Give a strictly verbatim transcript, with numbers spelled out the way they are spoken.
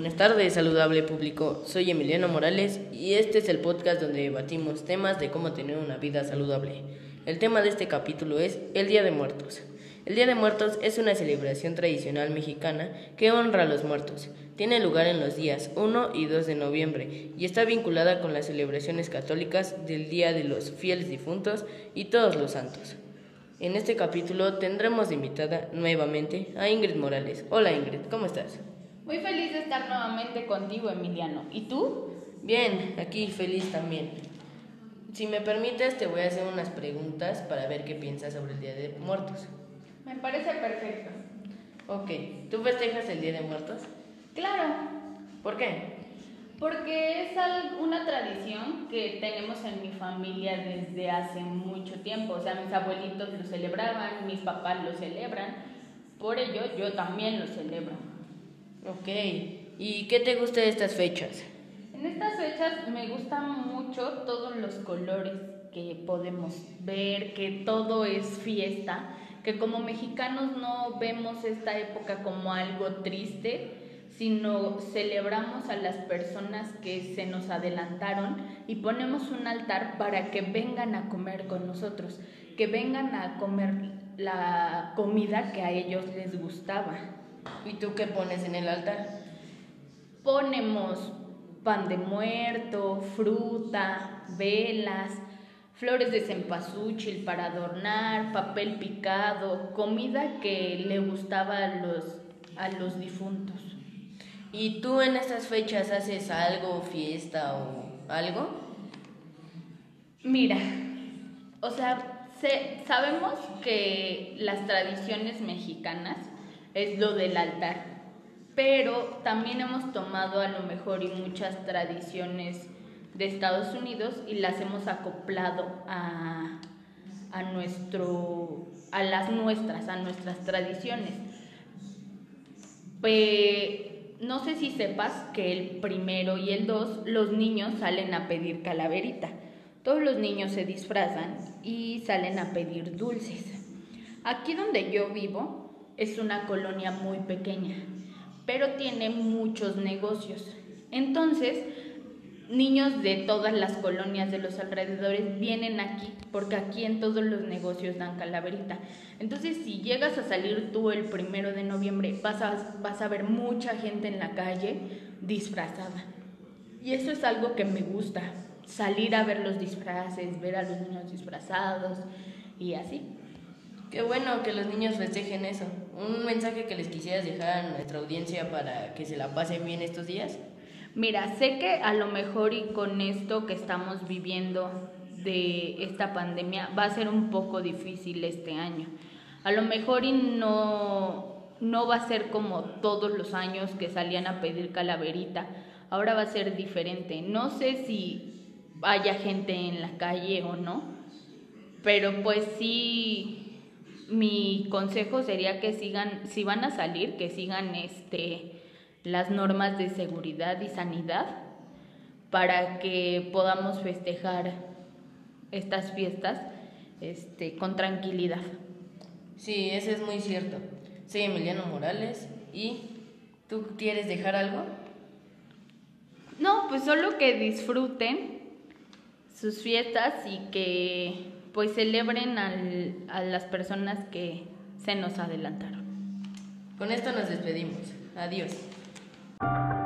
Buenas tardes, saludable público. Soy Emiliano Morales y este es el podcast donde debatimos temas de cómo tener una vida saludable. El tema de este capítulo es el Día de Muertos. El Día de Muertos es una celebración tradicional mexicana que honra a los muertos. Tiene lugar en los días uno y dos de noviembre y está vinculada con las celebraciones católicas del Día de los Fieles Difuntos y Todos los Santos. En este capítulo tendremos de invitada nuevamente a Ingrid Morales. Hola Ingrid, ¿cómo estás? Muy feliz de estar nuevamente contigo, Emiliano. ¿Y tú? Bien, aquí feliz también. Si me permites, te voy a hacer unas preguntas para ver qué piensas sobre el Día de Muertos. Me parece perfecto. Ok, ¿tú festejas el Día de Muertos? Claro. ¿Por qué? Porque es una tradición que tenemos en mi familia desde hace mucho tiempo. O sea, mis abuelitos lo celebraban, mis papás lo celebran. Por ello, yo también lo celebro. Ok, ¿y qué te gusta de estas fechas? En estas fechas me gustan mucho todos los colores que podemos ver, que todo es fiesta, que como mexicanos no vemos esta época como algo triste, sino celebramos a las personas que se nos adelantaron y ponemos un altar para que vengan a comer con nosotros, que vengan a comer la comida que a ellos les gustaba. ¿Y tú qué pones en el altar? Ponemos pan de muerto, fruta, velas, flores de cempasúchil para adornar, papel picado, comida que le gustaba a los, a los difuntos. ¿Y tú en estas fechas haces algo, fiesta o algo? Mira, o sea, se, sabemos que las tradiciones mexicanas es lo del altar, pero también hemos tomado a lo mejor y muchas tradiciones de Estados Unidos y las hemos acoplado a, a, nuestro, a las nuestras, a nuestras tradiciones. Pues, no sé si sepas que el primero y el dos los niños salen a pedir calaverita. Todos los niños se disfrazan y salen a pedir dulces. Aquí donde yo vivo es una colonia muy pequeña, pero tiene muchos negocios. Entonces, niños de todas las colonias de los alrededores vienen aquí, porque aquí en todos los negocios dan calaverita. Entonces, si llegas a salir tú el primero de noviembre, vas a, vas a ver mucha gente en la calle disfrazada. Y eso es algo que me gusta, salir a ver los disfraces, ver a los niños disfrazados y así. Qué bueno que los niños festejen eso. ¿Un mensaje que les quisieras dejar a nuestra audiencia para que se la pasen bien estos días? Mira, sé que a lo mejor y con esto que estamos viviendo de esta pandemia va a ser un poco difícil este año. A lo mejor y no, no va a ser como todos los años que salían a pedir calaverita. Ahora va a ser diferente. No sé si haya gente en la calle o no, pero pues sí. Mi consejo sería que sigan, si van a salir, que sigan este, las normas de seguridad y sanidad para que podamos festejar estas fiestas este, con tranquilidad. Sí, eso es muy cierto. Soy Emiliano Morales y ¿tú quieres dejar algo? No, pues solo que disfruten sus fiestas y que pues celebren al, a las personas que se nos adelantaron. Con esto nos despedimos. Adiós.